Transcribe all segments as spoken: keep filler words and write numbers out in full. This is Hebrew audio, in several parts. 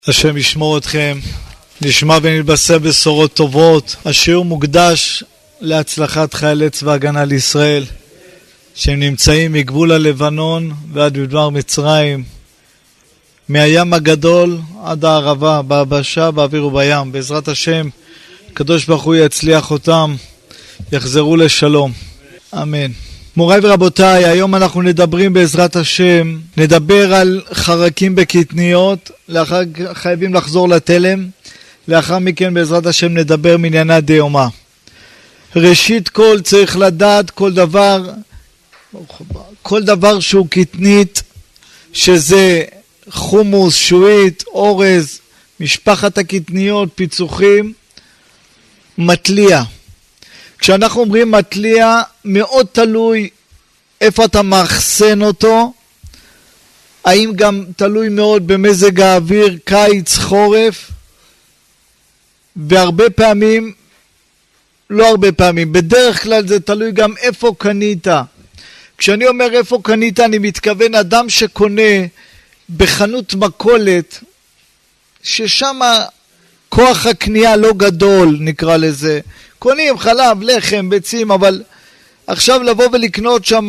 השם ישמור אתכם, נשמע ונתבשר בשורות טובות. השיעור מוקדש להצלחת חיילי צבא הגנה לישראל שהם נמצאים מגבול הלבנון ועד מדבר מצרים, מהים הגדול עד הערבה, ביבשה, באוויר ובים. בעזרת השם הקדוש ברוך הוא יצליח אותם, יחזרו לשלום, אמן. מוריי ורבותיי, היום אנחנו נדברים בעזרת השם, נדבר על חרקים בקטניות, לאחר חייבים לחזור לתלם, לאחר מכן בעזרת השם נדבר מענייני דיומא. ראשית כל צריך לדעת כל דבר, כל דבר שהוא קטנית, שזה חומוס, שועית, אורז, משפחת הקטניות, פיצוחים, מטליה. כשאנחנו אומרים מטליה, מאוד תלוי איפה אתה מאחסן אותו, האם גם תלוי מאוד במזג האוויר, קיץ, חורף, והרבה פעמים, לא הרבה פעמים, בדרך כלל זה תלוי גם איפה קנית. כשאני אומר איפה קנית, אני מתכוון אדם שקונה בחנות מכולת, ששם כוח הקנייה לא גדול, נקרא לזה, קונים חלב, לחם, ביצים, אבל עכשיו לבוא ולקנות שם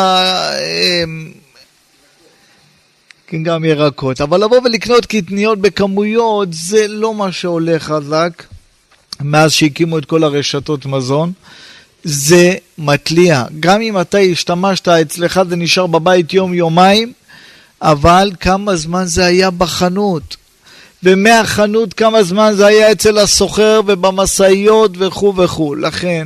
כן גם ירקות, אבל לבוא ולקנות קטניות בכמויות זה לא מה שהולך חזק מאז שהקימו את כל הרשתות מזון. זה מטליה, גם אם אתה השתמשת אצלך זה נשאר בבית יום יומיים, אבל כמה זמן זה היה בחנות, ומהחנות כמה זמן זה היה אצל הסוחר ובמסעיות וכו' וכו'. לכן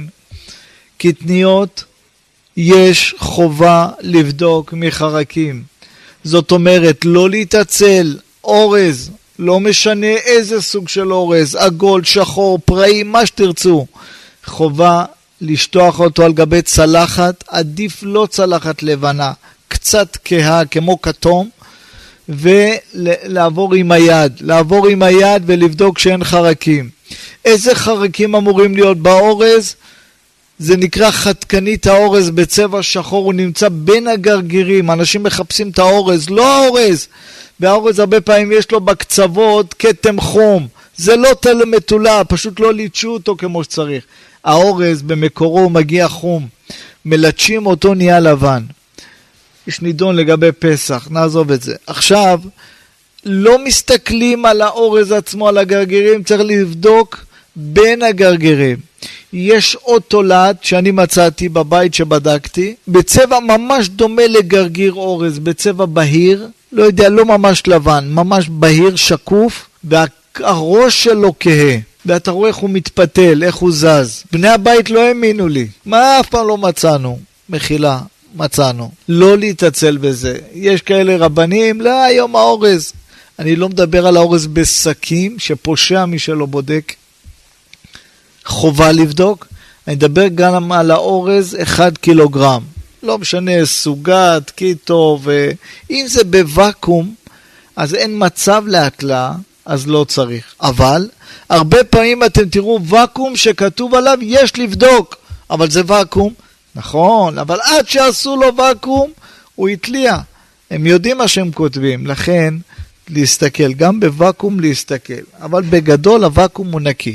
קטניות יש חובה לבדוק מחרקים, זאת אומרת לא להתעצל. אורז, לא משנה איזה סוג של אורז, עגול, שחור, פראי, מה שתרצו, חובה לשטוח אותו על גבי צלחת, עדיף לא צלחת לבנה, קצת כהה כמו כתום, ולעבור עם היד, לעבור עם היד ולבדוק שאין חרקים. איזה חרקים אמורים להיות באורז? זה נקרא חתקנית האורז בצבע שחור, הוא נמצא בין הגרגירים, אנשים מחפשים את האורז, לא האורז, והאורז הרבה פעמים יש לו בקצוות כתם חום, זה לא תל מתולה, פשוט לא ליטשו אותו כמו שצריך. האורז במקורו מגיע חום, מלטשים אותו נהיה לבן. יש נידון לגבי פסח, נעזוב את זה. עכשיו, לא מסתכלים על האורז עצמו, על הגרגירים, צריך לבדוק בין הגרגירים. יש עוד תולעת שאני מצאתי בבית שבדקתי, בצבע ממש דומה לגרגיר אורז, בצבע בהיר, לא יודע, לא ממש לבן, ממש בהיר, שקוף, והראש שלו כהה. ואתה רואה איך הוא מתפתל, איך הוא זז. בני הבית לא האמינו לי. מה אף פעם לא מצאנו? מחילה. מצאנו. לא להתעצל בזה. יש כאלה רבנים, לא, היום האורז. אני לא מדבר על האורז בסקים, שפושע מי שלא בודק. חובה לבדוק. אני מדבר גם על האורז אחד קילוגרם. לא משנה, סוגת, קיטו, ואם זה בוואקום, אז אין מצב להטלה, אז לא צריך. אבל, הרבה פעמים אתם תראו וואקום שכתוב עליו, יש לבדוק. אבל זה וואקום. נכון, אבל עד שעשו לו וואקום, הוא התליע. הם יודעים מה שהם כותבים, לכן להסתכל, גם בוואקום להסתכל. אבל בגדול הוואקום הוא נקי.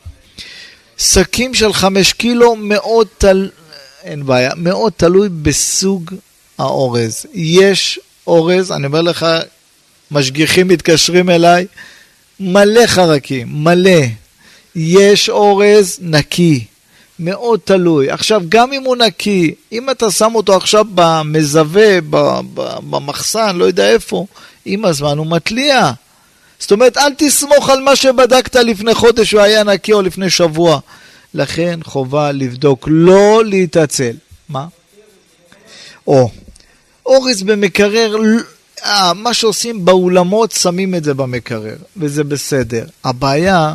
שקים של חמש קילו מאוד, תל... אין בעיה, מאוד תלוי בסוג האורז. יש אורז, אני אומר לך, משגיחים מתקשרים אליי, מלא חרקים, מלא. יש אורז נקי. מאוד תלוי. עכשיו, גם אם הוא נקי, אם אתה שם אותו עכשיו במזווה, במחסן, לא יודע איפה, עם הזמן הוא מטליע. זאת אומרת, אל תסמוך על מה שבדקת לפני חודש, הוא היה נקי או לפני שבוע. לכן חובה לבדוק, לא להתעצל. מה? או, אורז במקרר, אה, מה שעושים באולמות, שמים את זה במקרר, וזה בסדר. הבעיה,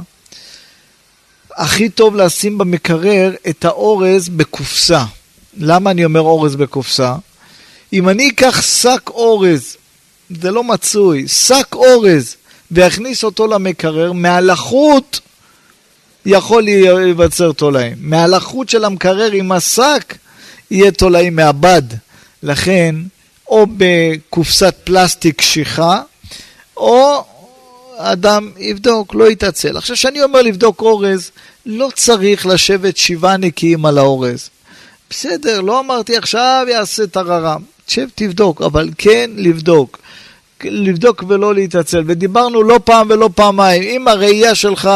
הכי טוב לשים במקרר את האורז בקופסה. למה אני אומר אורז בקופסה? אם אני אקח שק אורז, זה לא מצוי, שק אורז, והכניס אותו למקרר, מהלחות יכול להיווצר תולעים. מהלחות של המקרר עם השק, יהיה תולעים מהבד. לכן, או בקופסת פלסטיק קשיחה, או אדם יבדוק, לא יתעצל. עכשיו שאני אומר לבדוק אורז, לא צריך לשבת שבעה נקיים על האורז. בסדר, לא אמרתי עכשיו יעשה טררם. תשב תבדוק, אבל כן לבדוק. לבדוק ולא להתעצל. ודיברנו לא פעם ולא פעמיים. אם הראייה שלך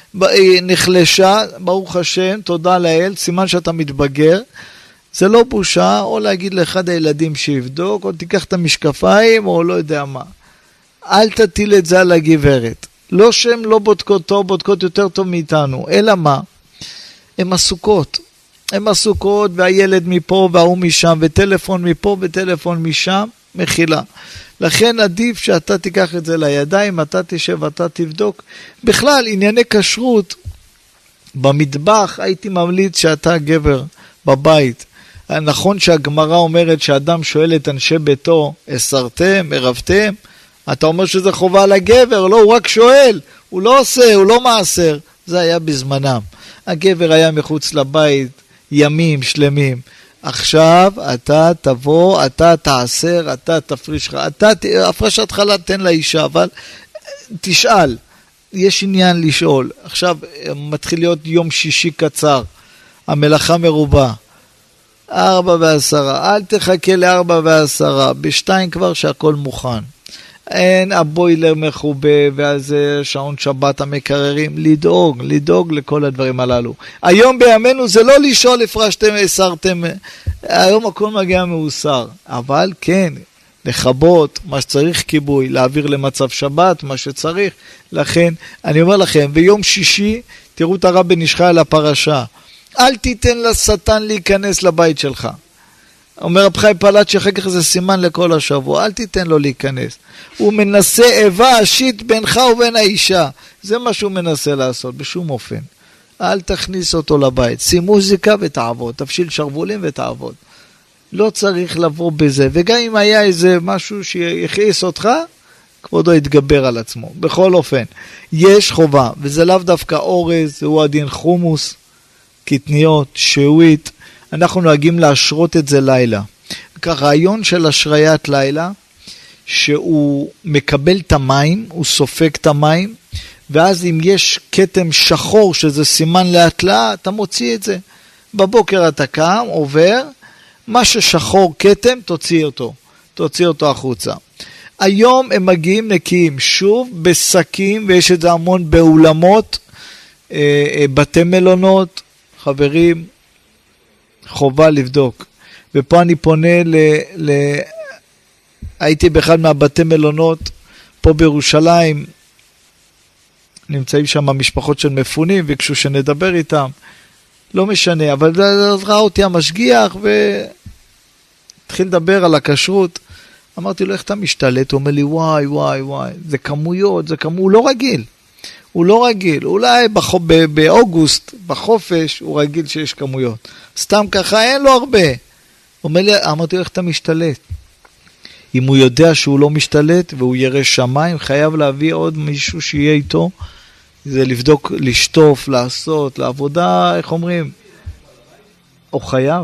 נחלשה, ברוך השם, תודה לאל, סימן שאתה מתבגר. זה לא בושה, או להגיד לאחד הילדים שיבדוק, או תיקח את המשקפיים, או לא יודע מה. אל תטיל את זה על הגברת. לא שהן לא בודקות טוב, בודקות יותר טוב מאיתנו. אלא מה? הן עסוקות. הן עסוקות, והילד מפה והוא משם, וטלפון מפה וטלפון משם, מחילה. לכן עדיף שאתה תיקח את זה לידיים, אתה תשב, אתה תבדוק. בכלל, ענייני כשרות, במטבח הייתי ממליץ שאתה גבר בבית. נכון שהגמרא אומרת שאדם שואל את אנשי ביתו, הסרתם, ערבתם? אתה אומר שזה חובה לגבר, לא, הוא רק שואל, הוא לא עושה, הוא לא מעשר. זה היה בזמנם. הגבר היה מחוץ לבית ימים שלמים. עכשיו אתה תבוא, אתה תעשר, אתה תפריש לך, אתה, הפרשת חלב תן לאישה, אבל תשאל, יש עניין לשאול. עכשיו מתחיל להיות יום שישי קצר, המלאכה מרובה, ארבע ועשרה, אל תחכה לארבע ועשרה, בשתיים כבר שהכל מוכן. אין הבוילר מחובה, ואז שעון שבת המקררים, לדאוג, לדאוג לכל הדברים הללו. היום בימינו זה לא לשאול הפרשתם, הסרתם, היום הכל מגיע מאוסר, אבל כן, לחבות, מה שצריך כיבוי, להעביר למצב שבת, מה שצריך. לכן, אני אומר לכם, ביום שישי, תראו את הרב בן איש חי על הפרשה, אל תיתן לשטן להיכנס לבית שלך. אומר רב חיים פלאצ'י, שאחר כך זה סימן לכל השבוע, אל תיתן לו להיכנס. הוא מנסה איבה אשית בינך ובין האישה. זה מה שהוא מנסה לעשות, בשום אופן. אל תכניס אותו לבית. שים מוזיקה ותעבוד, תפשיל שרבולים ותעבוד. לא צריך לבוא בזה, וגם אם היה איזה משהו שיכעיס אותך, כבודו יתגבר על עצמו. בכל אופן, יש חובה, וזה לאו דווקא אורז, זהו הדין חומוס, קטניות, שעועית, אנחנו נוהגים להשרות את זה לילה. הרעיון של השריית לילה, שהוא מקבל את המים, הוא סופק את המים, ואז אם יש כתם שחור, שזה סימן להתלאה, אתה מוציא את זה. בבוקר אתה קם, עובר, מה ששחור כתם, תוציא אותו. תוציא אותו החוצה. היום הם מגיעים נקיים, שוב, בסקים, ויש את זה המון באולמות, בתי מלונות, חברים, חובה לבדוק. ופה אני פונה ל... ל... הייתי באחד מהבתי מלונות, פה בירושלים, נמצאים שם המשפחות של מפונים, וביקשו שנדבר איתם. לא משנה, אבל ראה אותי המשגיח, והתחיל לדבר על הכשרות. אמרתי לו, איך אתה משתלט? הוא אומר לי, וואי, וואי, וואי, זה כמויות, זה כמות, הוא לא רגיל. הוא לא רגיל, אולי בח... באוגוסט, בחופש, הוא רגיל שיש כמויות. סתם ככה, אין לו הרבה. אומר לי, אמרתי לו, איך אתה משתלט? אם הוא יודע שהוא לא משתלט, והוא ירא שמיים, חייב להביא עוד מישהו שיהיה איתו, זה לבדוק, לשטוף, לעשות, לעבודה, איך אומרים? הוא חייב.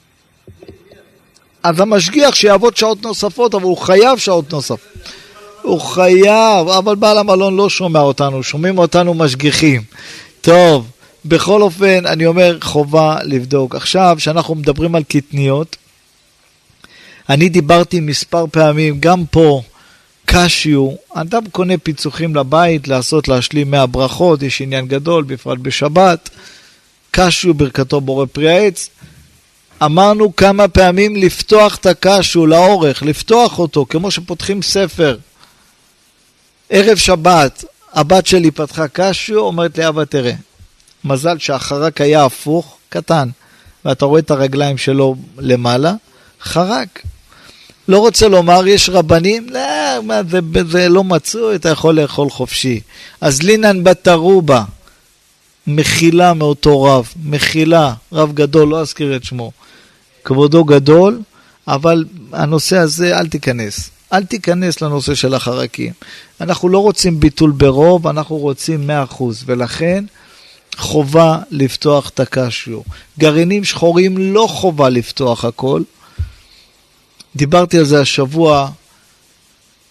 אז המשגיח שיעבוד שעות נוספות, אבל הוא חייב שעות נוספות. הוא חייב, אבל בעל המלון לא שומע אותנו, שומעים אותנו משגיחים. טוב, בכל אופן, אני אומר, חובה לבדוק. עכשיו, שאנחנו מדברים על קטניות, אני דיברתי מספר פעמים, גם פה, קשיו, אדם קונה פיצוחים לבית, לעשות להשלים מאה ברכות, יש עניין גדול, בפרט בשבת, קשיו ברכתו בורא פרי העץ, אמרנו כמה פעמים לפתוח את הקשיו לאורך, לפתוח אותו, כמו שפותחים ספר, ערב שבת, הבת שלי פתחה קשיו, אומרת לי, אבא תראה, מזל שהחרק היה הפוך, קטן, ואתה רואה את הרגליים שלו למעלה, חרק. לא רוצה לומר, יש רבנים, לא, מה, זה, זה לא מצאו, אתה יכול לאכול חופשי. אז לינן בתרובה, מחילה מאותו רב, מחילה, רב גדול, לא אזכיר את שמו, כבודו גדול, אבל הנושא הזה אל תיכנס. אל תיכנס לנושא של החרקים. אנחנו לא רוצים ביטול ברוב, אנחנו רוצים מאה אחוז, ולכן חובה לפתוח את הקשיו. גרעינים שחורים לא חובה לפתוח הכל. דיברתי על זה השבוע,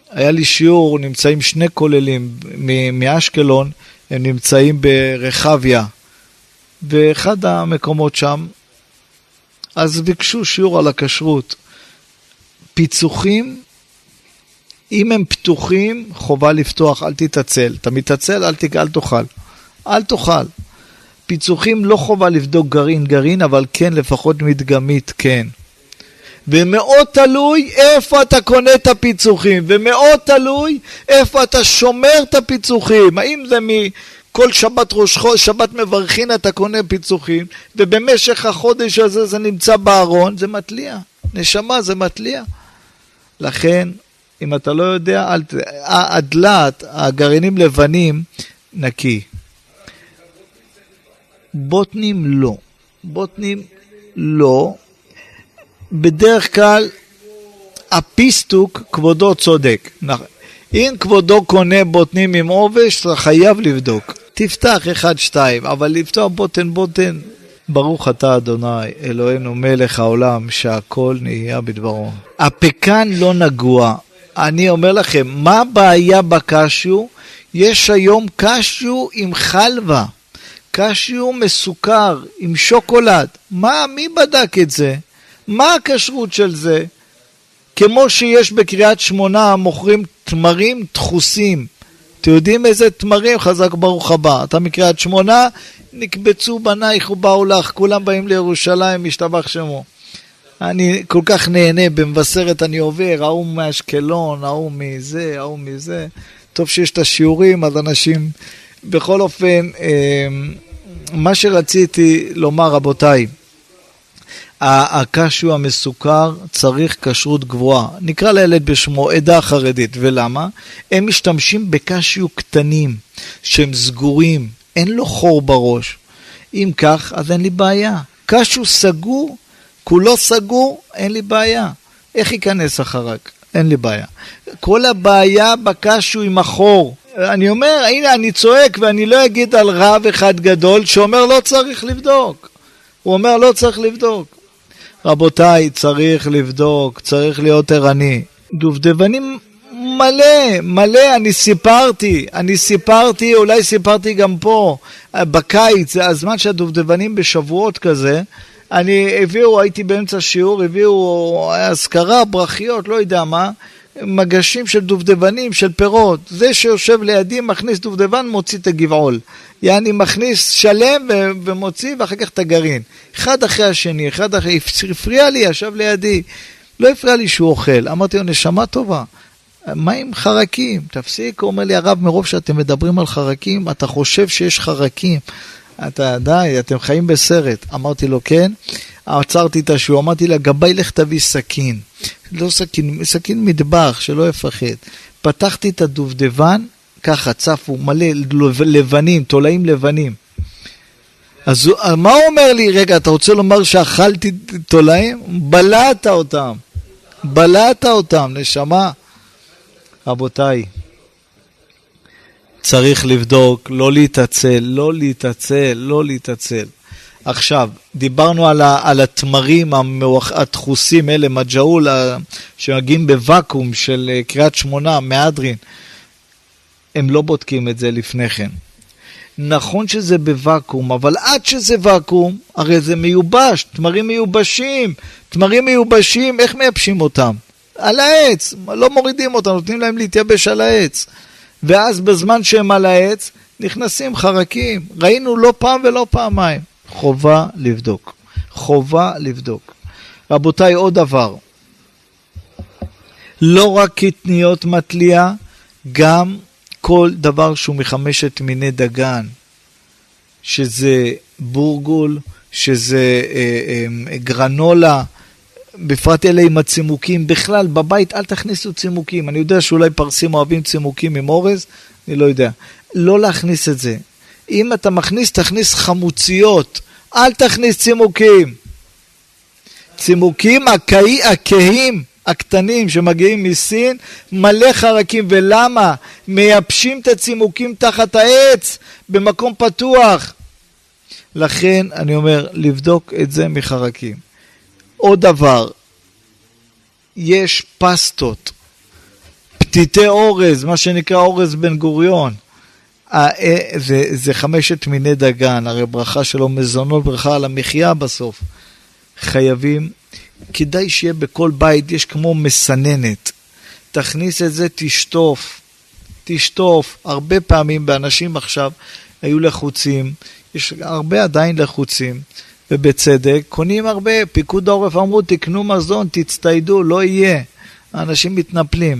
היה לי שיעור, נמצאים שני כוללים מאשקלון, הם נמצאים ברחביה, באחד המקומות שם, אז ביקשו שיעור על הכשרות. פיצוחים, אם הם פתוחים, חובה לפתוח, אל תתעצל. אתה מתעצל, אל, ת, אל תאכל. אל תאכל. פיצוחים לא חובה לבדוק גרעין גרעין, אבל כן, לפחות מדגמית, כן. ומאוד תלוי איפה אתה קונה את הפיצוחים, ומאוד תלוי איפה אתה שומר את הפיצוחים. האם זה מכל שבת ראש חודש, שבת מברכין אתה קונה פיצוחים, ובמשך החודש הזה זה נמצא בארון, זה מטליע. נשמה זה מטליע. לכן, אם אתה לא יודע, הדלת, הגרעינים לבנים, נקי. בוטנים לא. בוטנים לא. בדרך כלל, הפיסטוק, כבודו צודק. אם כבודו קונה בוטנים עם עובש, אתה חייב לבדוק. תפתח אחד, שתיים, אבל לפתוח בוטן, בוטן. ברוך אתה אדוני, אלוהינו מלך העולם, שהכל נהיה בדברו. הפקן לא נגוע. אני אומר לכם, מה הבעיה בקשיו? יש היום קשיו עם חלבה. קשיו מסוכר, עם שוקולד. מה, מי בדק את זה? מה הכשרות של זה? כמו שיש בקריית שמונה, מוכרים תמרים דחוסים. אתם יודעים איזה תמרים? חזק ברוך הבא. אתה מקריית שמונה, נקבצו בנייך ובאו לך, כולם באים לירושלים, משתבח שמו. אני כל כך נהנה, במבשרת אני עובר, ההוא מאשקלון, ההוא מזה, ההוא מזה. טוב שיש את השיעורים, אז אנשים... בכל אופן, מה שרציתי לומר, רבותיי, הקשיו המסוכר צריך כשרות גבוהה. נקרא לילד בשמו עדה חרדית. ולמה? הם משתמשים בקשיו קטנים, שהם סגורים, אין לו חור בראש. אם כך, אז אין לי בעיה. קשיו סגור, כולו סגור, אין לי בעיה. איך ייכנס החרק? אין לי בעיה. כל הבעיה בקשיו עם החור. אני אומר, הנה אני צועק ואני לא אגיד על רב אחד גדול שאומר לא צריך לבדוק. הוא אומר לא צריך לבדוק. רבותיי, צריך לבדוק, צריך להיות ערני. דובדבנים מלא, מלא, אני סיפרתי, אני סיפרתי, אולי סיפרתי גם פה, בקיץ, זה הזמן שהדובדבנים בשבועות כזה, אני הביאו, הייתי באמצע שיעור, הביאו הזכרה, ברכיות, לא יודע מה, מגשים של דובדבנים, של פירות. זה שיושב לידי מכניס דובדבן, מוציא את הגבעול. יעני מכניס שלם ו- ומוציא ואחר כך את הגרעין. אחד אחרי השני, אחד אחרי, הפריע לי, ישב לידי. לא הפריע לי שהוא אוכל. אמרתי לו, נשמה טובה. מה עם חרקים? תפסיק, הוא אומר לי, הרב, מרוב שאתם מדברים על חרקים, אתה חושב שיש חרקים. אתה, די, אתם חיים בסרט. אמרתי לו, כן. עצרתי את השיעור, אמרתי לה, גבי לך תביא סכין. לא סכין, סכין מטבח, שלא יפחד. פתחתי את הדובדבן, ככה צפו מלא לבנים, תולעים לבנים. אז מה הוא אומר לי? רגע, אתה רוצה לומר שאכלתי תולעים? בלעת אותם. בלעת אותם, נשמה. רבותיי, צריך לבדוק, לא להתעצל, לא להתעצל, לא להתעצל. עכשיו, דיברנו על, ה, על התמרים הדחוסים, אלה מג'אול, שמגיעים בוואקום של קריית שמונה, מהדרין. הם לא בודקים את זה לפני כן. נכון שזה בוואקום, אבל עד שזה וואקום, הרי זה מיובש, תמרים מיובשים, תמרים מיובשים, איך מייבשים אותם? על העץ, לא מורידים אותם, נותנים להם להתייבש על העץ. ואז בזמן שהם על העץ, נכנסים חרקים. ראינו לא פעם ולא פעמיים. חובה לבדוק. חובה לבדוק. רבותיי, עוד דבר. לא רק קטניות מטליה, גם כל דבר שהוא מחמשת מיני דגן, שזה בורגול, שזה אה, אה, גרנולה, בפרט אלה עם הצימוקים, בכלל בבית אל תכניסו צימוקים, אני יודע שאולי פרסים אוהבים צימוקים עם אורז, אני לא יודע, לא להכניס את זה, אם אתה מכניס תכניס חמוציות, אל תכניס צימוקים, צימוקים הקהי, הקהים הקטנים שמגיעים מסין, מלא חרקים, ולמה? מייבשים את הצימוקים תחת העץ, במקום פתוח, לכן אני אומר, לבדוק את זה מחרקים. עוד דבר, יש פסטות פתיתי אורז, מה שנקרא אורז בן גוריון. זה, זה חמשת מיני דגן, הרי ברכה שלו מזונות, ברכה על המחיה בסוף. חייבים, כדאי שיהיה בכל בית, יש כמו מסננת. תכניס את זה, תשטוף, תשטוף. הרבה פעמים באנשים עכשיו היו לחוצים, יש הרבה עדיין לחוצים, ובצדק, קונים הרבה, פיקוד העורף אמרו, תקנו מזון, תצטיידו, לא יהיה. האנשים מתנפלים.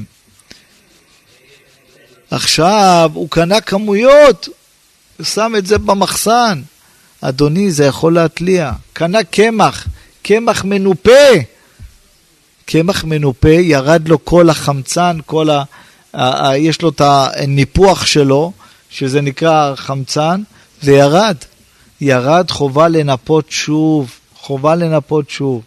עכשיו, הוא קנה כמויות, הוא שם את זה במחסן. אדוני, זה יכול להתליע. קנה קמח, קמח מנופה. קמח מנופה, ירד לו כל החמצן, כל ה... ה... ה... יש לו את הניפוח שלו, שזה נקרא חמצן, זה ירד. ירד, חובה לנפות שוב, חובה לנפות שוב.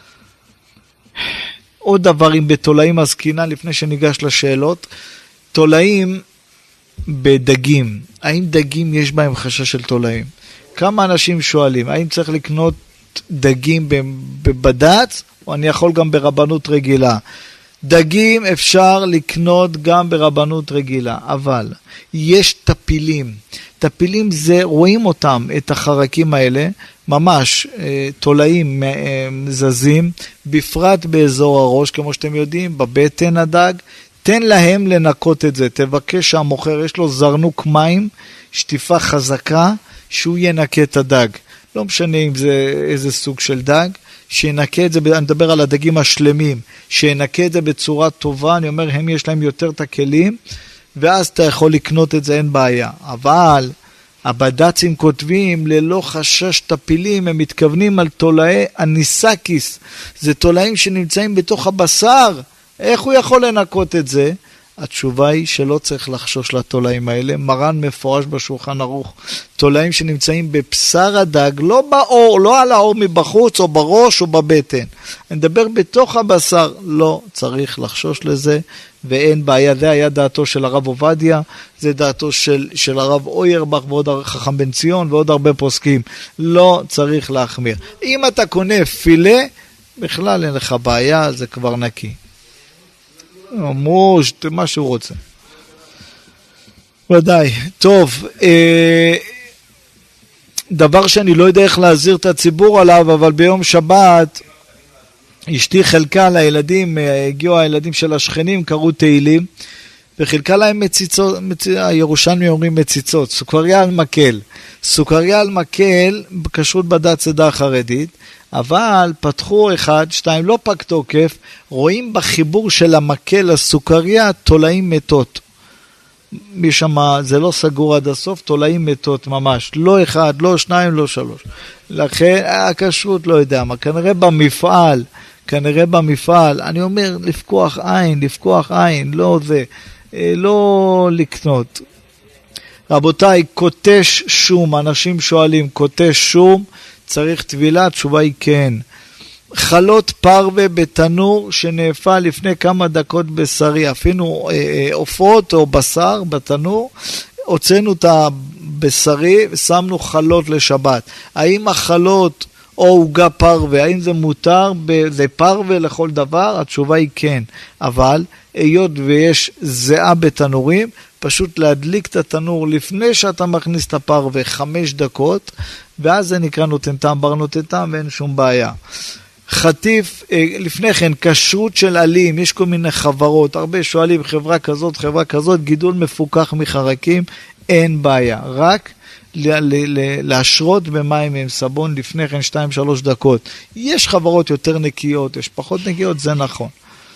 עוד דברים בתולעים הזקינה, לפני שניגש לשאלות, תולעים בדגים, האם דגים יש בהם חשש של תולעים? כמה אנשים שואלים, האם צריך לקנות דגים בבד"ץ, או אני יכול גם ברבנות רגילה? דגים אפשר לקנות גם ברבנות רגילה, אבל יש טפילים. טפילים זה, רואים אותם, את החרקים האלה, ממש תולעים זזים, בפרט באזור הראש, כמו שאתם יודעים, בבטן הדג, תן להם לנקות את זה, תבקש שהמוכר, יש לו זרנוק מים, שטיפה חזקה, שהוא ינקה את הדג. לא משנה אם זה איזה סוג של דג, שינקה את זה, אני מדבר על הדגים השלמים, שינקה את זה בצורה טובה, אני אומר, הם יש להם יותר את הכלים, ואז אתה יכול לקנות את זה, אין בעיה. אבל הבד"צים כותבים, ללא חשש טפילים, הם מתכוונים על תולעי אניסקיס, זה תולעים שנמצאים בתוך הבשר, איך הוא יכול לנקות את זה? התשובה היא שלא צריך לחשוש לתולעים האלה, מרן מפורש בשולחן ערוך, תולעים שנמצאים בבשר הדג, לא באור, לא על האור מבחוץ או בראש או בבטן, אני מדבר בתוך הבשר, לא צריך לחשוש לזה, ואין בעיה, זה היה דעתו של הרב עובדיה, זה דעתו של, של הרב אוירבך ועוד חכם בן ציון ועוד הרבה פוסקים, לא צריך להחמיר. אם אתה קונה פילה, בכלל אין לך בעיה, זה כבר נקי. אמרו, מה שהוא רוצה. ודאי. טוב, אה, דבר שאני לא יודע איך להזהיר את הציבור עליו, אבל ביום שבת, אשתי חלקה לילדים, הגיעו הילדים של השכנים, קראו תהילים, וחלקה להם מציצות, מצ... הירושלמים אומרים מציצות, סוכריה על מקל. סוכריה על מקל, בכשרות בד"ץ עדה החרדית, אבל פתחו אחד, שתיים, לא פג תוקף, רואים בחיבור של המקל הסוכריה תולעים מתות. משמה, זה לא סגור עד הסוף, תולעים מתות ממש. לא אחד, לא שניים, לא שלוש. לכן, הכשרות לא יודע מה, כנראה במפעל, כנראה במפעל, אני אומר, לפקוח עין, לפקוח עין, לא זה, לא לקנות. רבותיי, קוטש שום, אנשים שואלים, קוטש שום, צריך טבילה, התשובה היא כן. חלות פרווה בתנור שנאפה לפני כמה דקות בשרי, אפילו עופות או בשר בתנור, הוצאנו את הבשרי ושמנו חלות לשבת. האם החלות או עוגה פרווה, האם זה מותר, זה פרווה לכל דבר? התשובה היא כן, אבל היות ויש זיעה בתנורים, פשוט להדליק את התנור לפני שאתה מכניס את הפרווה חמש דקות, ואז זה נקרא נותן טעם, בר נותן טעם, ואין שום בעיה. חטיף, לפני כן, כשרות של עלים, יש כל מיני חברות, הרבה שואלים, חברה כזאת, חברה כזאת, גידול מפוקח מחרקים, אין בעיה, רק להשרות במים עם סבון לפני כן שתיים שלוש דקות. יש חברות יותר נקיות, יש פחות נקיות, זה נכון.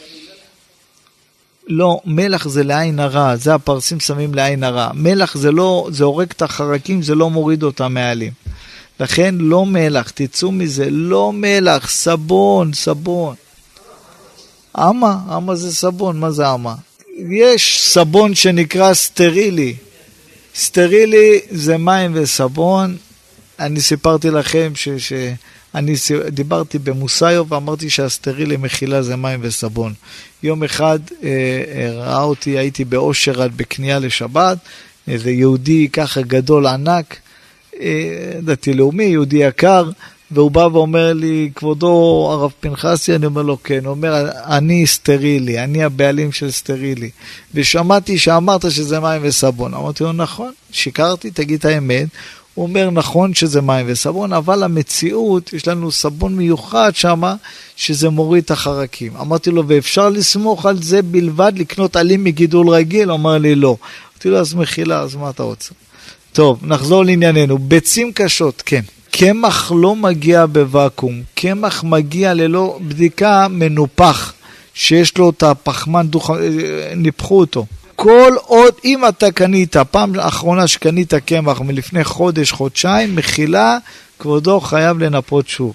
לא, מלח זה לעין הרע, זה הפרסים שמים לעין הרע. מלח זה לא, זה הורג את החרקים, זה לא מוריד אותם מעלים. לכן לא מלח, תצאו מזה, לא מלח, סבון, סבון. אמה, אמה זה סבון, מה זה אמה? יש סבון שנקרא סטרילי. סטרילי זה מים וסבון. אני סיפרתי לכם ש... ש... אני דיברתי במוסאיו ואמרתי שהסטרילי מכילה זה מים וסבון. יום אחד אה, ראה אותי, הייתי באושרד בקנייה לשבת, איזה יהודי ככה גדול ענק, אה, דתי לאומי, יהודי יקר, והוא בא ואומר לי, כבודו הרב פנחסי, אני אומר לו כן, הוא אומר, אני סטרילי, אני הבעלים של סטרילי, ושמעתי שאמרת שזה מים וסבון, אמרתי לו נכון, שיקרתי, תגיד את האמת, הוא אומר נכון שזה מים וסבון, אבל המציאות, יש לנו סבון מיוחד שם, שזה מוריד את החרקים, אמרתי לו, ואפשר לסמוך על זה בלבד, לקנות עלים מגידול רגיל, הוא אומר לי לא, אמרתי לו, אז מחילה, אז מה אתה רוצה? טוב, נחזור לענייננו, ביצים קשות, כן. קמח לא מגיע בוואקום, קמח מגיע ללא בדיקה מנופח, שיש לו את הפחמן, דוח... ניפחו אותו. כל עוד, אם אתה קנית, פעם האחרונה שקנית קמח מלפני חודש, חודשיים, מחילה, כבודו חייב לנפות שוב.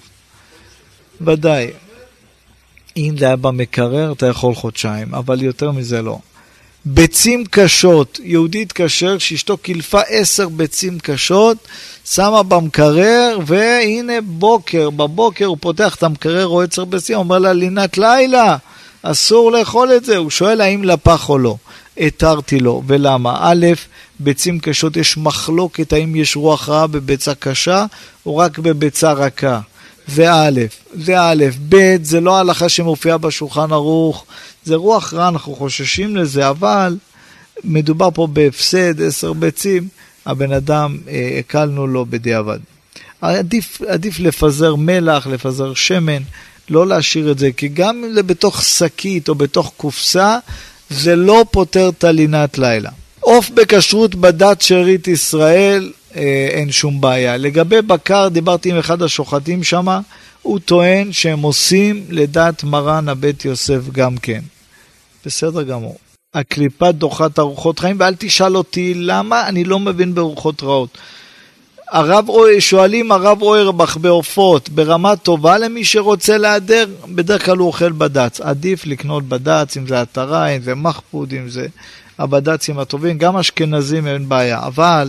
ודאי, אם זה היה במקרר, אתה יכול חודשיים, אבל יותר מזה לא. ביצים קשות, יהודי התקשר שאשתו קילפה עשר ביצים קשות, שמה במקרר, והנה בוקר, בבוקר הוא פותח את המקרר, רואה עשר ביצים, אומר לה, לינת לילה, אסור לאכול את זה, הוא שואל האם לפח או לא, התרתי לו, ולמה? א', ביצים קשות, יש מחלוקת, האם יש רוח רעה בביצה קשה, או רק בביצה רכה, זה א', זה א', ב', זה לא ההלכה שמופיעה בשולחן ערוך, זה רוח רע, אנחנו חוששים לזה, אבל מדובר פה בהפסד, עשר ביצים, הבן אדם, אה, הקלנו לו בדיעבד. עדיף, עדיף לפזר מלח, לפזר שמן, לא להשאיר את זה, כי גם אם זה בתוך שקית או בתוך קופסה, זה לא פותר את לינת לילה. עוף בכשרות בדת שארית ישראל, אה, אין שום בעיה. לגבי בקר, דיברתי עם אחד השוחטים שם, הוא טוען שהם עושים לדעת מרן הבית יוסף גם כן. בסדר גמור. הקליפה דוחת ארוחות חיים, ואל תשאל אותי למה, אני לא מבין בארוחות רעות. הרב, שואלים הרב אוירבך בעופות, ברמה טובה למי שרוצה להדר, בדרך כלל הוא אוכל בדץ. עדיף לקנות בדץ, אם זה התרה, אם זה מחפוד, אם זה הבדצים הטובים, גם אשכנזים אין בעיה, אבל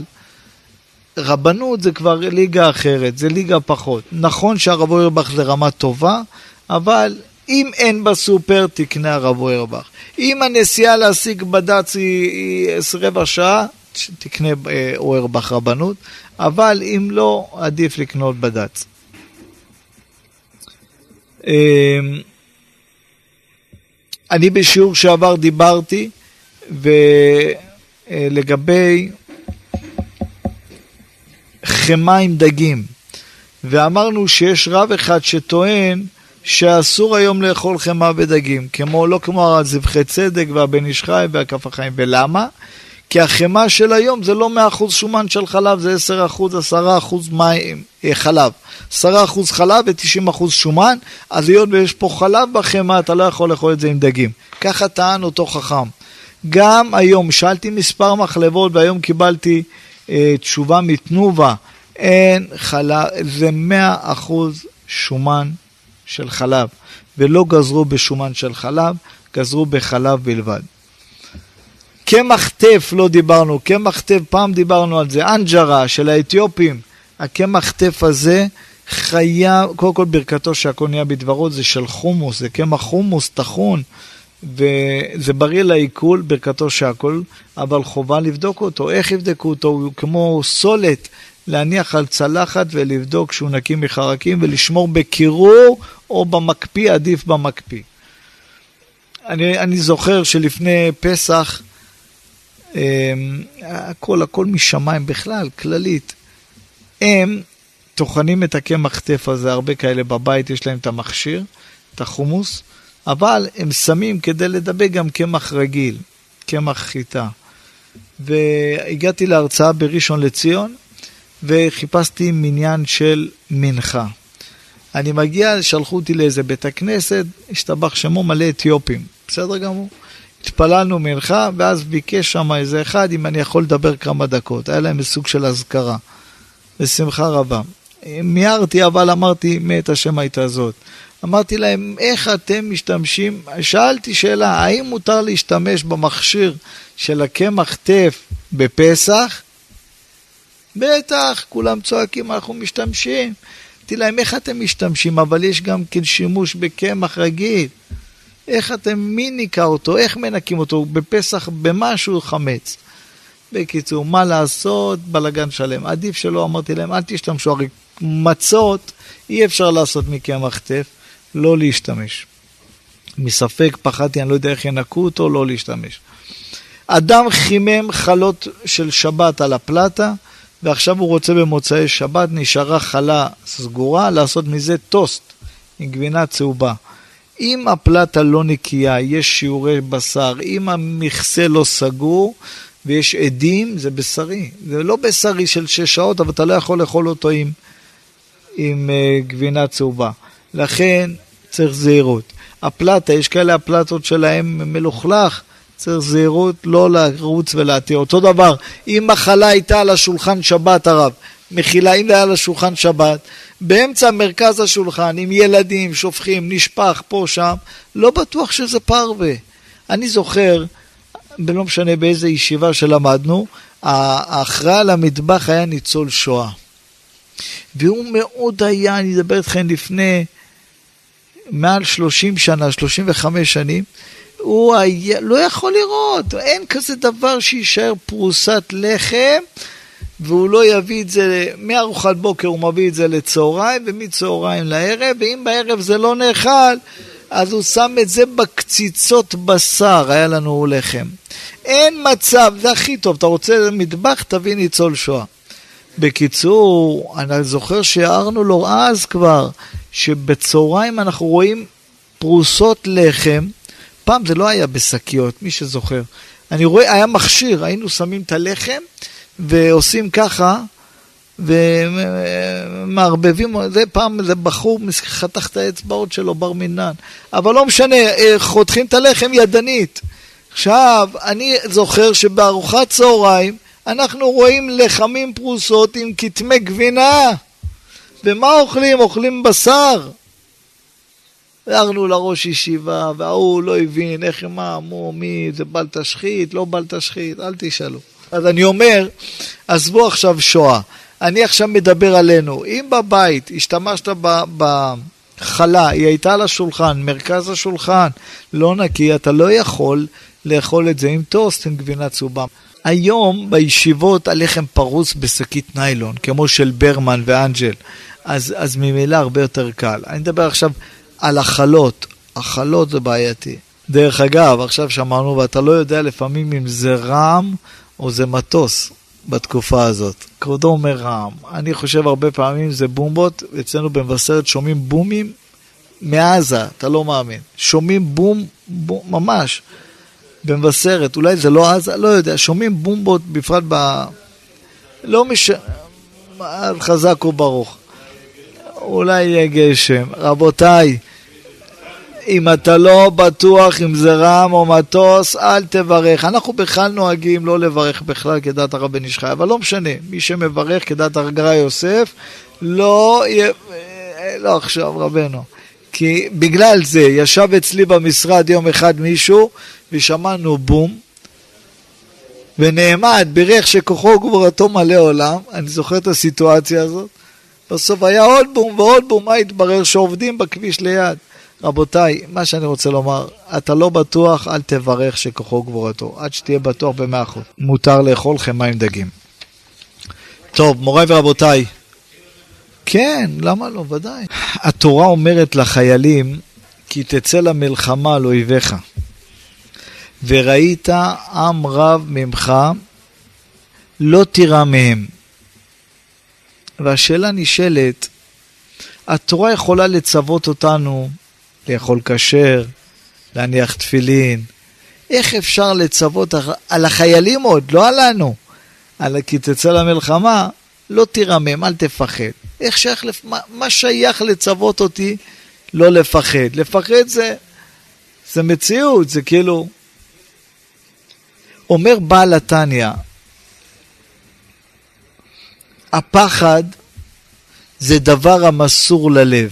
רבנות זה כבר ליגה אחרת, זה ליגה פחות. נכון שהרב אוירבך זה רמה טובה, אבל אם אין בסופר, תקנה הרב אוירבך. אם הנסיעה להשיג בד"ץ היא רבע שעה, תקנה אוירבך רבנות, אבל אם לא, עדיף לקנות בד"ץ. אני בשיעור שעבר דיברתי, ולגבי חמה עם דגים, ואמרנו שיש רב אחד שטוען, שאסור היום לאכול חמה בדגים, כמו, לא כמו הזבחי צדק והבן איש חי והכף החיים. ולמה? כי החמה של היום זה לא מאה אחוז שומן של חלב, זה עשרה אחוז, עשרה אחוז מים, אה, חלב. עשרה אחוז חלב ו-תשעים אחוז שומן, אז היות ויש פה חלב בחמה, אתה לא יכול לאכול את זה עם דגים. ככה טען אותו חכם. גם היום, שאלתי מספר מחלבות, והיום קיבלתי אה, תשובה מתנובה, אין חלב, זה מאה אחוז שומן של חלב, ולא גזרו בשומן של חלב, גזרו בחלב בלבד. קמח טף לא דיברנו, קמח טף פעם דיברנו על זה, אנג'רה של האתיופים, הקמח טף הזה חייב, קודם כל ברכתו שהכל נהיה בדברות, זה של חומוס, זה קמח חומוס תחון, וזה בריא לעיכול, ברכתו שהכל, אבל חובה לבדוק אותו. איך יבדקו אותו? הוא כמו סולת, להניח על צלחת ולבדוק שהוא נקי מחרקים, ולשמור בקירור או במקפיא, עדיף במקפיא. אני, אני זוכר שלפני פסח, הכל, הכל משמיים בכלל, כללית, הם טוחנים את הקמח טף הזה, הרבה כאלה בבית יש להם את המכשיר, את החומוס, אבל הם שמים כדי לדבק גם קמח רגיל, קמח חיטה. והגעתי להרצאה בראשון לציון, וחיפשתי מניין של מנחה. אני מגיע, שלחו אותי לאיזה בית הכנסת, השתבח שמו מלא אתיופים, בסדר גמור? התפללנו מנחה, ואז ביקש שם איזה אחד, אם אני יכול לדבר כמה דקות, היה להם סוג של הזכרה, בשמחה רבה. מיירתי, אבל אמרתי, מת השם הייתה זאת. אמרתי להם, איך אתם משתמשים? שאלתי שאלה, האם מותר להשתמש במכשיר של הקמח טף בפסח? בטח, כולם צועקים, אנחנו משתמשים. אמרתי להם, איך אתם משתמשים? אבל יש גם כן שימוש בקמח רגיל. איך אתם, מי ניקה אותו? איך מנקים אותו? בפסח במשהו חמץ. בקיצור, מה לעשות? בלגן שלם. עדיף שלא, אמרתי להם, אל תשתמשו, הרי מצות, אי אפשר לעשות מקמח טף, לא להשתמש. מספק, פחדתי, אני לא יודע איך ינקו אותו, לא להשתמש. אדם חימם חלות של שבת על הפלטה, ועכשיו הוא רוצה במוצאי שבת, נשארה חלה סגורה, לעשות מזה טוסט עם גבינה צהובה. אם הפלטה לא נקייה, יש שיעורי בשר, אם המכסה לא סגור, ויש עדים, זה בשרי. זה לא בשרי של שש שעות, אבל אתה לא יכול לאכול אותו עם, עם uh, גבינה צהובה. לכן צריך זהירות. הפלטה, יש כאלה הפלטות שלהם מלוכלך, צריך זהירות, לא לרוץ ולהתיר. אותו דבר, אם מחלה הייתה על השולחן שבת הרב, מחילה, אם היה על השולחן שבת, באמצע מרכז השולחן, עם ילדים, שופכים, נשפח פה, שם, לא בטוח שזה פרווה. אני זוכר, ולא משנה באיזה ישיבה שלמדנו, האחראי על המטבח היה ניצול שואה. והוא מאוד היה, אני אדבר איתכם לפני מעל שלושים שנה, שלושים וחמש שנים, הוא היה, לא יכול לראות, אין כזה דבר שישאר פרוסת לחם, והוא לא יביא את זה, מארוחת בוקר הוא מביא את זה לצהריים, ומצהריים לערב, ואם בערב זה לא נאכל, אז הוא שם את זה בקציצות בשר, היה לנו לחם. אין מצב, זה הכי טוב, אתה רוצה מטבח, תביא ניצול שואה. בקיצור, אני זוכר שהערנו לו אז כבר, שבצהריים אנחנו רואים פרוסות לחם, פעם זה לא היה בשקיות, מי שזוכר. אני רואה, היה מכשיר, היינו שמים את הלחם, ועושים ככה, ומערבבים, זה פעם זה בחור חתך את האצבעות שלו, בר מינן, אבל לא משנה, חותכים את הלחם ידנית. עכשיו, אני זוכר שבארוחת צהריים, אנחנו רואים לחמים פרוסות עם כתמי גבינה, ומה אוכלים? אוכלים בשר. הערנו לראש ישיבה, והוא לא הבין איך, מה, מו, מי, זה בל תשחית, לא בל תשחית, אל תשאלו. אז אני אומר, עזבו עכשיו שואה, אני עכשיו מדבר עלינו, אם בבית השתמשת בחלה, היא הייתה על השולחן, מרכז השולחן, לא נקי, אתה לא יכול לאכול את זה עם טוסט, עם גבינה צהובה. היום בישיבות הלחם פרוס בשקית ניילון, כמו של ברמן ואנג'ל, אז, אז ממילא הרבה יותר קל. אני מדבר עכשיו על החלות, החלות זה בעייתי. דרך אגב, עכשיו שמענו, ואתה לא יודע לפעמים אם זה רעם או זה מטוס בתקופה הזאת. כבודו אומר רעם. אני חושב הרבה פעמים זה בומבות, אצלנו במבשרת שומעים בומים מעזה, אתה לא מאמין. שומעים בום, בום ממש. במבשרת, אולי זה לא עזה, לא יודע, שומעים בומבות בפרט ב... לא מש... חזק וברוך. אולי יהיה גשם. רבותיי, אם אתה לא בטוח אם זה רם או מטוס, אל תברך. אנחנו בכלל נוהגים לא לברך בכלל כדעת הרב איש חי, אבל לא משנה, מי שמברך כדעת הרגרה יוסף, לא, לא עכשיו רבנו. כי בגלל זה ישב אצלי במשרד יום אחד מישהו, ושמענו בום, ונעמד ברך שכוחו גבורתו מלא עולם, אני זוכר את הסיטואציה הזאת, בסוף היה עוד בום ועוד בום, מה התברר? שעובדים בכביש ליד. רבותיי, מה שאני רוצה לומר, אתה לא בטוח, אל תברך שכוחו גבורתו, עד שתהיה בטוח במאה אחוז. מותר לאכול חמאה עם דגים. טוב, מוריי ורבותיי, כן, למה לא? ודאי. התורה אומרת לחיילים, כי תצא למלחמה על אויביך, וראית עם רב ממך, לא תירא מהם. והשאלה נשאלת, התורה יכולה לצוות אותנו לאכול כשר, להניח תפילין. איך אפשר לצוות על החיילים עוד, לא עלינו? על כי תצא למלחמה, לא תירא מהם, אל תפחד. איך שייך, מה, מה שייך לצוות אותי לא לפחד? לפחד זה, זה מציאות, זה כאילו... אומר בעל התניא, הפחד זה דבר המסור ללב.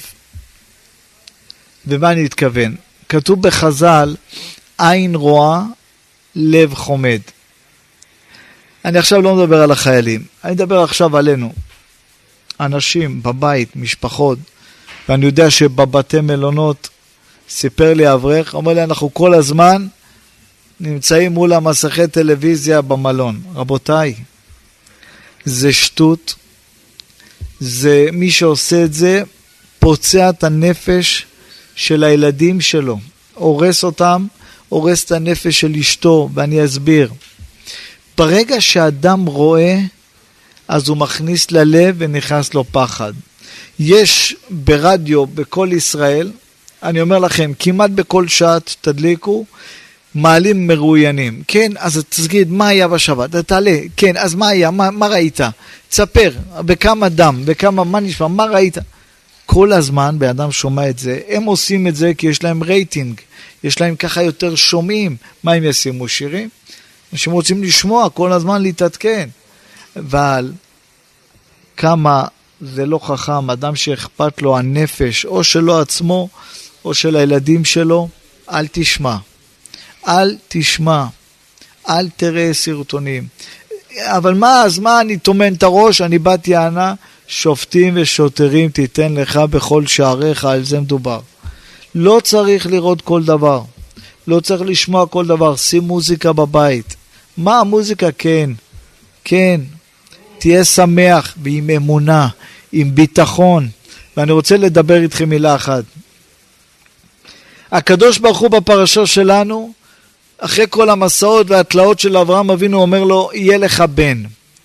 ומה אני אתכוון? כתוב בחז"ל, עין רואה, לב חומד. אני עכשיו לא מדבר על החיילים, אני מדבר עכשיו עלינו. אנשים בבית, משפחות, ואני יודע שבבתי מלונות, סיפר לי אברך, אומר לי, אנחנו כל הזמן נמצאים מול המסכי טלוויזיה במלון. רבותיי, זה שטות, זה מי שעושה את זה, פוצע את הנפש של הילדים שלו, הורס אותם, הורס את הנפש של אשתו, ואני אסביר. ברגע שאדם רואה, אז הוא מכניס ללב ונכנס לו פחד. יש ברדיו, בכל ישראל, אני אומר לכם, כמעט בכל שעת תדליקו, מעלים מרואיינים. כן, אז תגיד, מה היה בשבת? תעלה, כן, אז מה היה? מה, מה ראית? תספר, בכמה דם, בכמה, מה נשמע, מה ראית? כל הזמן, באדם שומע את זה, הם עושים את זה כי יש להם רייטינג, יש להם ככה יותר שומעים. מה הם ישימו? שירים? אנשים רוצים לשמוע, כל הזמן להתעדכן. אבל כמה זה לא חכם, אדם שאכפת לו הנפש, או שלו עצמו, או של הילדים שלו, אל תשמע. אל תשמע. אל תראה סרטונים. אבל מה, אז מה, אני תומן את הראש, אני בת יענה, שופטים ושוטרים תיתן לך בכל שעריך, על זה מדובר. לא צריך לראות כל דבר. לא צריך לשמוע כל דבר. שים מוזיקה בבית. מה המוזיקה? כן. כן. תהיה שמח ועם אמונה, עם ביטחון. ואני רוצה לדבר איתכם מילה אחת. הקדוש ברוך הוא בפרשה שלנו, אחרי כל המסעות והתלאות של אברהם אבינו, אומר לו, יהיה לך בן.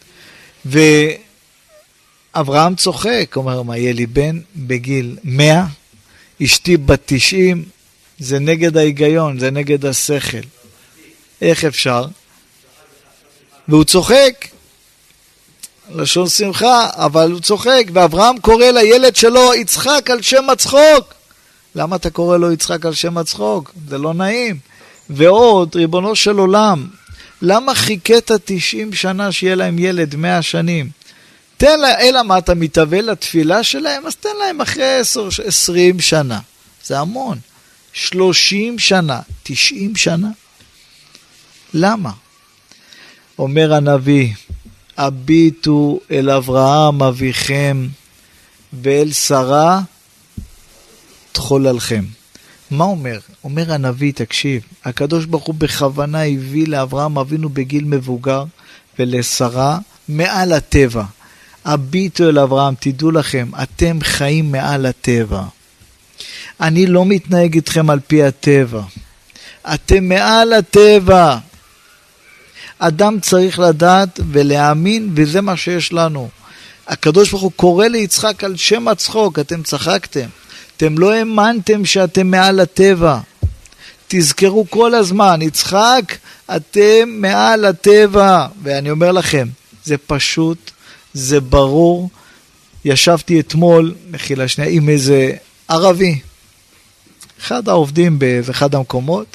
ואברהם צוחק, אומר, מה, יהיה לי בן בגיל מאה? אשתי בת תשעים, זה נגד ההיגיון, זה נגד השכל. איך אפשר? והוא צוחק. לשון שמחה, אבל הוא צוחק, ואברהם קורא לילד שלו יצחק על שם הצחוק. למה אתה קורא לו יצחק על שם הצחוק? זה לא נעים. ועוד, ריבונו של עולם, למה חיכית תשעים שנה שיהיה להם ילד מאה שנים? תן לה, אלא מה אתה מתאבל לתפילה שלהם? אז תן להם אחרי עשרים שנה. זה המון. שלושים שנה, תשעים שנה. למה? אומר הנביא, הביטו אל אברהם אביכם ואל שרה תחוללכם. מה אומר? אומר הנביא, תקשיב, הקדוש ברוך הוא בכוונה הביא לאברהם אבינו בגיל מבוגר ולשרה מעל הטבע. הביטו אל אברהם, תדעו לכם, אתם חיים מעל הטבע. אני לא מתנהג איתכם על פי הטבע. אתם מעל הטבע. אדם צריך לדעת ולהאמין, וזה מה שיש לנו. הקדוש ברוך הוא קורא ליצחק על שם הצחוק, אתם צחקתם. אתם לא האמנתם שאתם מעל הטבע. תזכרו כל הזמן, יצחק, אתם מעל הטבע. ואני אומר לכם, זה פשוט, זה ברור. ישבתי אתמול, מחילה שנייה, עם איזה ערבי. אחד העובדים באחד המקומות.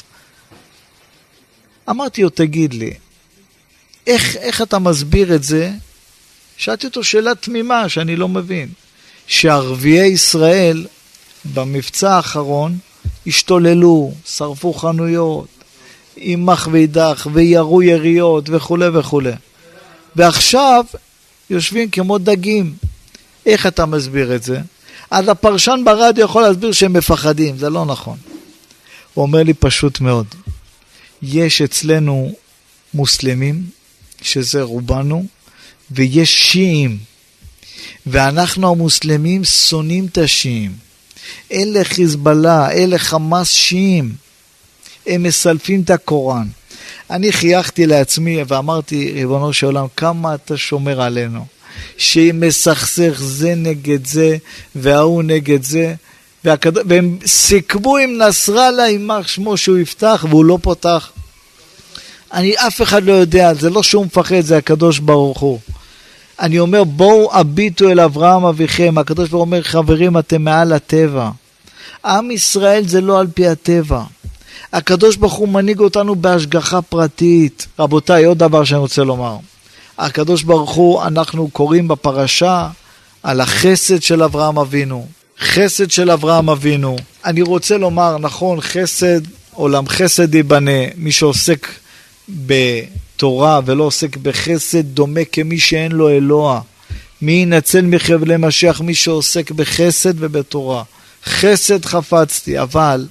אמרתי לו, תגיד לי, איך, איך אתה מסביר את זה? שאלתי אותו שאלה תמימה שאני לא מבין. שערביי ישראל במבצע האחרון השתוללו, שרפו חנויות, אימך ואידך, וירו יריות וכו' וכו'. ועכשיו יושבים כמו דגים. איך אתה מסביר את זה? אז הפרשן ברדיו יכול להסביר שהם מפחדים, זה לא נכון. הוא אומר לי פשוט מאוד. יש אצלנו מוסלמים, שזה רובנו, ויש שיעים. ואנחנו המוסלמים שונאים את השיעים. אלה חיזבאללה, אלה חמאס שיעים. הם מסלפים את הקוראן. אני חייכתי לעצמי ואמרתי, ריבונו של עולם, כמה אתה שומר עלינו. שהיא מסכסך זה נגד זה, והוא נגד זה. והקד... והם סיכמו עם נסראללה, עם מה שמו שהוא יפתח, והוא לא פותח. אני אף אחד לא יודע, זה לא שהוא מפחד, זה הקדוש ברוך הוא. אני אומר, בואו הביטו אל אברהם אביכם. הקדוש ברוך הוא אומר, חברים, אתם מעל הטבע. עם ישראל זה לא על פי הטבע. הקדוש ברוך הוא מנהיג אותנו בהשגחה פרטית. רבותיי, עוד דבר שאני רוצה לומר. הקדוש ברוך הוא, אנחנו קוראים בפרשה על החסד של אברהם אבינו. חסד של אברהם אבינו. אני רוצה לומר, נכון, חסד, עולם חסד ייבנה. מי שעוסק בתורה ולא עוסק בחסד דומה כמי שאין לו אלוה. מי ינצל מחבלי משיח? מי שעוסק בחסד ובתורה. חסד חפצתי, אבל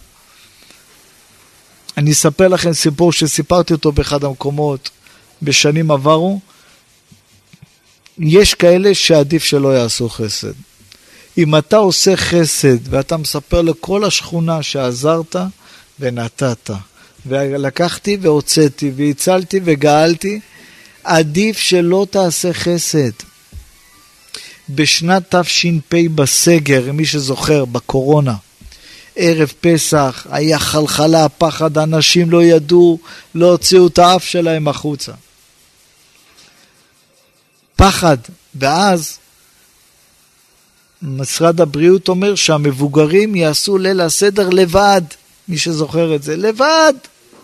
אני אספר לכם סיפור שסיפרתי אותו באחד המקומות בשנים עברו. יש כאלה שעדיף שלא יעשו חסד. אם אתה עושה חסד ואתה מספר לכל השכונה שעזרת ונתת, ולקחתי והוצאתי והצלתי וגאלתי, עדיף שלא תעשה חסד. בשנת תש"פ בסגר, מי שזוכר, בקורונה, ערב פסח, היה חלחלה, פחד, אנשים לא ידעו, לא הוציאו את האף שלהם החוצה. פחד, ואז משרד הבריאות אומר שהמבוגרים יעשו ליל הסדר לבד, מי שזוכר את זה, לבד.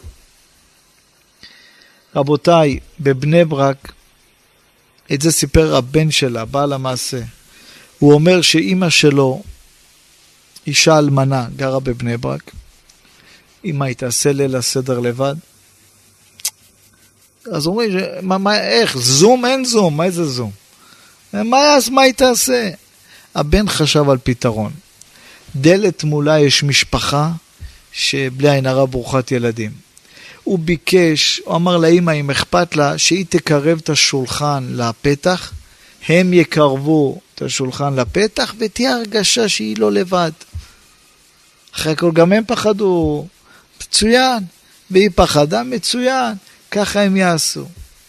רבותיי, בבני ברק, את זה סיפר הבן שלה, בעל המעשה. הוא אומר שאמא שלו, אישה אלמנה, גרה בבני ברק. אמא היא תעשה ליל הסדר לבד. אז אומרים, מה, מה, איך? זום? אין זום. מה איזה זום? מה, אז מה היא תעשה? הבן חשב על פתרון. דלת מולה יש משפחה שבלי עין הרע ברוכת ילדים. הוא ביקש, הוא אמר לאמא אם אכפת לה, שהיא תקרב את השולחן לפתח, הם יקרבו את השולחן לפתח, ותהיה הרגשה שהיא לא לבד. אחרי הכל גם הם פחדו, מצוין, והיא פחדה, מצוין, ככה הם יעשו.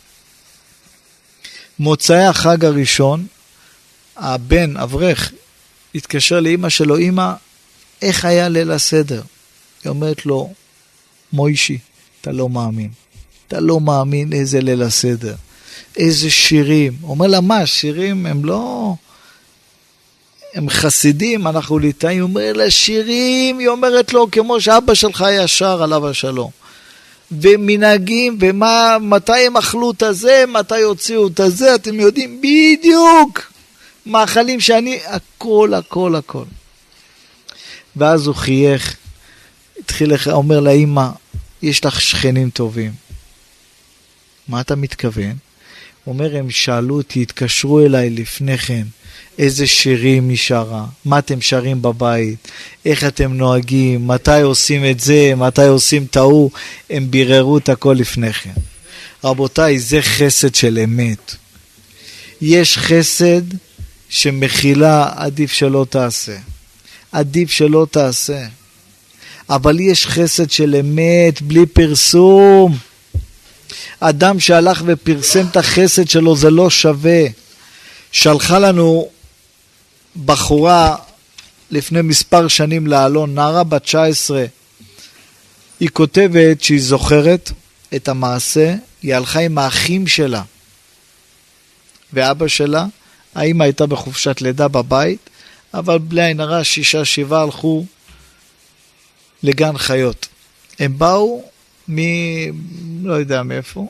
מוצאי החג הראשון, הבן, אברך, התקשר לאמא שלו, אמא, איך היה ליל הסדר? היא אומרת לו, מוישי, אתה לא מאמין. אתה לא מאמין איזה ליל הסדר. איזה שירים. הוא אומר לה, מה, שירים הם לא... הם חסידים, אנחנו ליטאים. הוא אומר לה, שירים, היא אומרת לו, כמו שאבא שלך היה שר עליו השלום. ומנהגים, ומה, מתי הם אכלו את הזה, מתי הוציאו את הזה, אתם יודעים בדיוק. מאכלים שאני, הכל, הכל, הכל. ואז הוא חייך, התחיל לך, אומר לאמא, יש לך שכנים טובים. מה אתה מתכוון? הוא אומר, הם שאלו אותי, התקשרו אליי לפני כן, איזה שירים נשארה, מה אתם שרים בבית, איך אתם נוהגים, מתי עושים את זה, מתי עושים טעו, הם ביררו את הכל לפני כן. רבותיי, זה חסד של אמת. יש חסד שמכילה, עדיף שלא תעשה. עדיף שלא תעשה. אבל יש חסד של אמת, בלי פרסום. אדם שהלך ופרסם את החסד שלו, זה לא שווה. שלחה לנו בחורה לפני מספר שנים לאלון, נערה בת תשע עשרה. היא כותבת שהיא זוכרת את המעשה, היא הלכה עם האחים שלה. ואבא שלה, האמא הייתה בחופשת לידה בבית, אבל בלי עין הרע, שישה שבעה הלכו לגן חיות. הם באו מ... לא יודע מאיפה.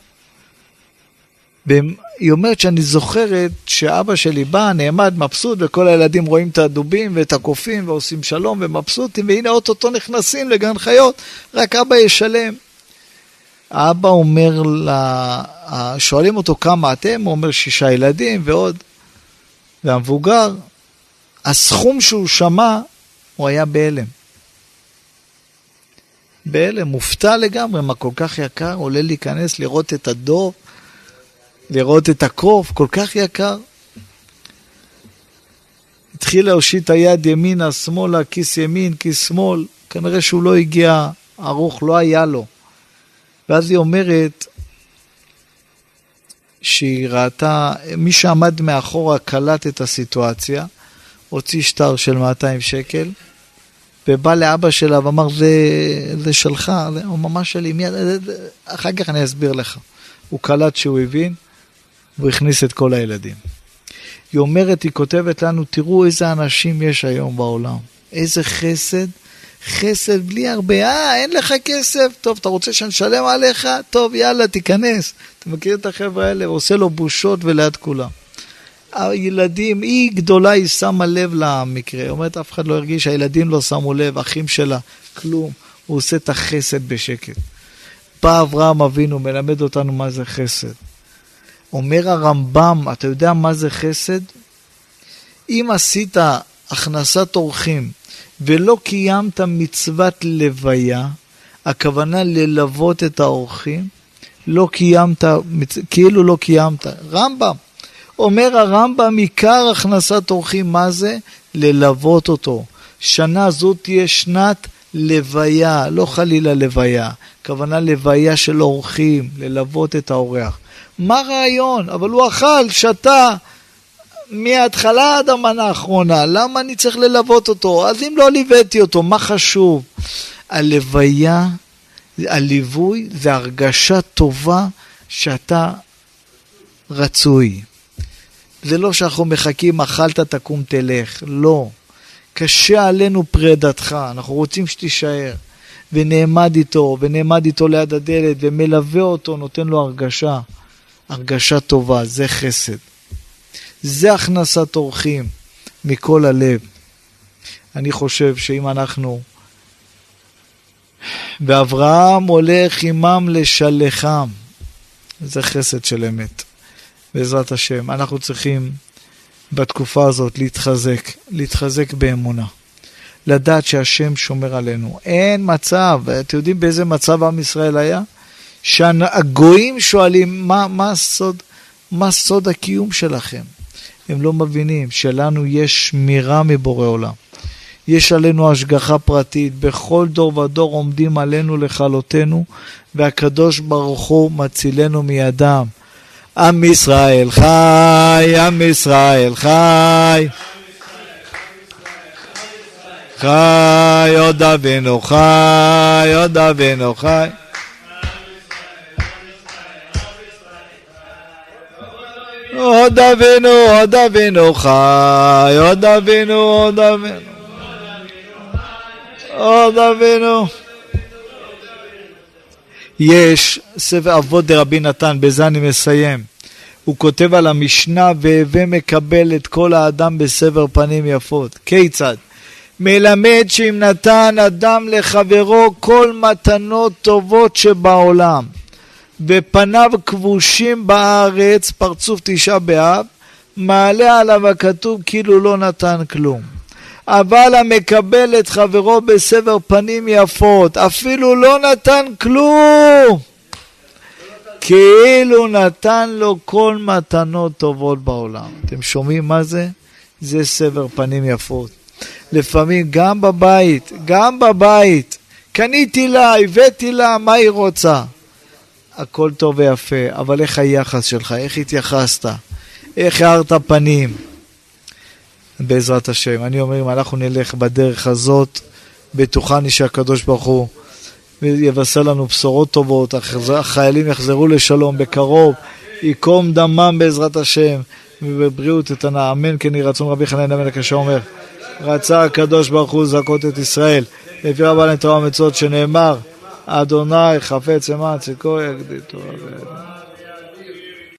והיא אומרת שאני זוכרת שאבא שלי בא, נעמד, מבסוט, וכל הילדים רואים את הדובים ואת הקופים ועושים שלום ומבסוטים, והנה אוטוטו נכנסים לגן חיות, רק אבא ישלם. האבא אומר לה, שואלים אותו כמה אתם, הוא אומר שישה ילדים ועוד. והמבוגר, הסכום שהוא שמע, הוא היה בהלם. בהלם, מופתע לגמרי, מה כל כך יקר, עולה להיכנס, לראות את הדוב, לראות את הקוף, כל כך יקר. התחיל להושיט היד ימינה, שמאלה, כיס ימין, כיס שמאל, כנראה שהוא לא הגיע ערוך, לא היה לו. ואז היא אומרת, שהיא ראתה, מי שעמד מאחורה קלט את הסיטואציה, הוציא שטר של מאתיים שקל, ובא לאבא שלה ואמר, זה, זה שלך, זה ממש שלי, מיד, אחר כך אני אסביר לך. הוא קלט שהוא הבין, והוא הכניס את כל הילדים. היא אומרת, היא כותבת לנו, תראו איזה אנשים יש היום בעולם, איזה חסד, חסד בלי הרבה, אה, אין לך כסף, טוב, אתה רוצה שנשלם עליך? טוב, יאללה, תיכנס. אתה מכיר את החבר'ה האלה, ועושה לו בושות וליד כולם. הילדים, היא גדולה, היא שמה לב למקרה. אומרת, אף אחד לא הרגיש, הילדים לא שמו לב, אחים שלה, כלום. הוא עושה את החסד בשקט. בא אברהם אבינו, מלמד אותנו מה זה חסד. אומר הרמב"ם, אתה יודע מה זה חסד? אם עשית הכנסת אורחים, ולא קיימת מצוות לוויה, הכוונה ללוות את האורחים, לא קיימת, כאילו לא קיימת. רמב"ם אומר הרמב"ם, עיקר הכנסת אורחים, מה זה? ללוות אותו. שנה זו תהיה שנת לוויה, לא חלילה לוויה, כוונה לוויה של אורחים, ללוות את האורח. מה הרעיון? אבל הוא אכל, שתה, מההתחלה עד המנה האחרונה, למה אני צריך ללוות אותו? אז אם לא ליוויתי אותו, מה חשוב? הלוויה, הליווי, זה הרגשה טובה שאתה רצוי. זה לא שאנחנו מחכים, אכלת תקום תלך, לא. קשה עלינו פרדתך, אנחנו רוצים שתישאר, ונעמד איתו, ונעמד איתו ליד הדלת, ומלווה אותו, נותן לו הרגשה, הרגשה טובה, זה חסד. זה הכנסת אורחים מכל הלב. אני חושב שאם אנחנו, ואברהם הולך עמם לשלחם, זה חסד של אמת. בעזרת השם, אנחנו צריכים בתקופה הזאת להתחזק, להתחזק באמונה. לדעת שהשם שומר עלינו. אין מצב, אתם יודעים באיזה מצב עם ישראל היה? שהגויים שואלים, מה, מה סוד, מה סוד הקיום שלכם? הם לא מבינים שלנו יש שמירה מבורא עולם. יש עלינו השגחה פרטית, בכל דור ודור עומדים עלינו לכלותנו, והקדוש ברוך הוא מצילנו מידם. עם ישראל חי, עם ישראל חי, חי, עוד אבינו חי, עוד אבינו חי. עוד אבינו, עוד אבינו חי, עוד אבינו, עוד אבינו, עוד אבינו. יש ספר אבות דרבי נתן, בזה אני מסיים. הוא כותב על המשנה, והווה מקבל את כל האדם בסבר פנים יפות. כיצד? מלמד שאם נתן אדם לחברו כל מתנות טובות שבעולם, ופניו כבושים בארץ, פרצוף תשעה באב, מעלה עליו הכתוב כאילו לא נתן כלום. אבל המקבל את חברו בסבר פנים יפות, אפילו לא נתן כלום, כאילו נתן לו כל מתנות טובות בעולם. אתם שומעים מה זה? זה סבר פנים יפות. לפעמים גם בבית, גם בבית, קניתי לה, הבאתי לה, מה היא רוצה? הכל טוב ויפה, אבל איך היחס שלך? איך התייחסת? איך הארת פנים? בעזרת השם, אני אומר, אם אנחנו נלך בדרך הזאת, בטוחני שהקדוש ברוך הוא יבשר לנו בשורות טובות, החיילים יחזרו לשלום בקרוב, יקום דמם בעזרת השם, ובבריאות איתנה, אמן כן יהי רצון. רבי חנניה בן עקשיא אומר, רצה הקדוש ברוך הוא לזכות את ישראל, לפי רבן תורה ומצוות שנאמר, אדוני חפץ למען צדקו יגדיל תורה.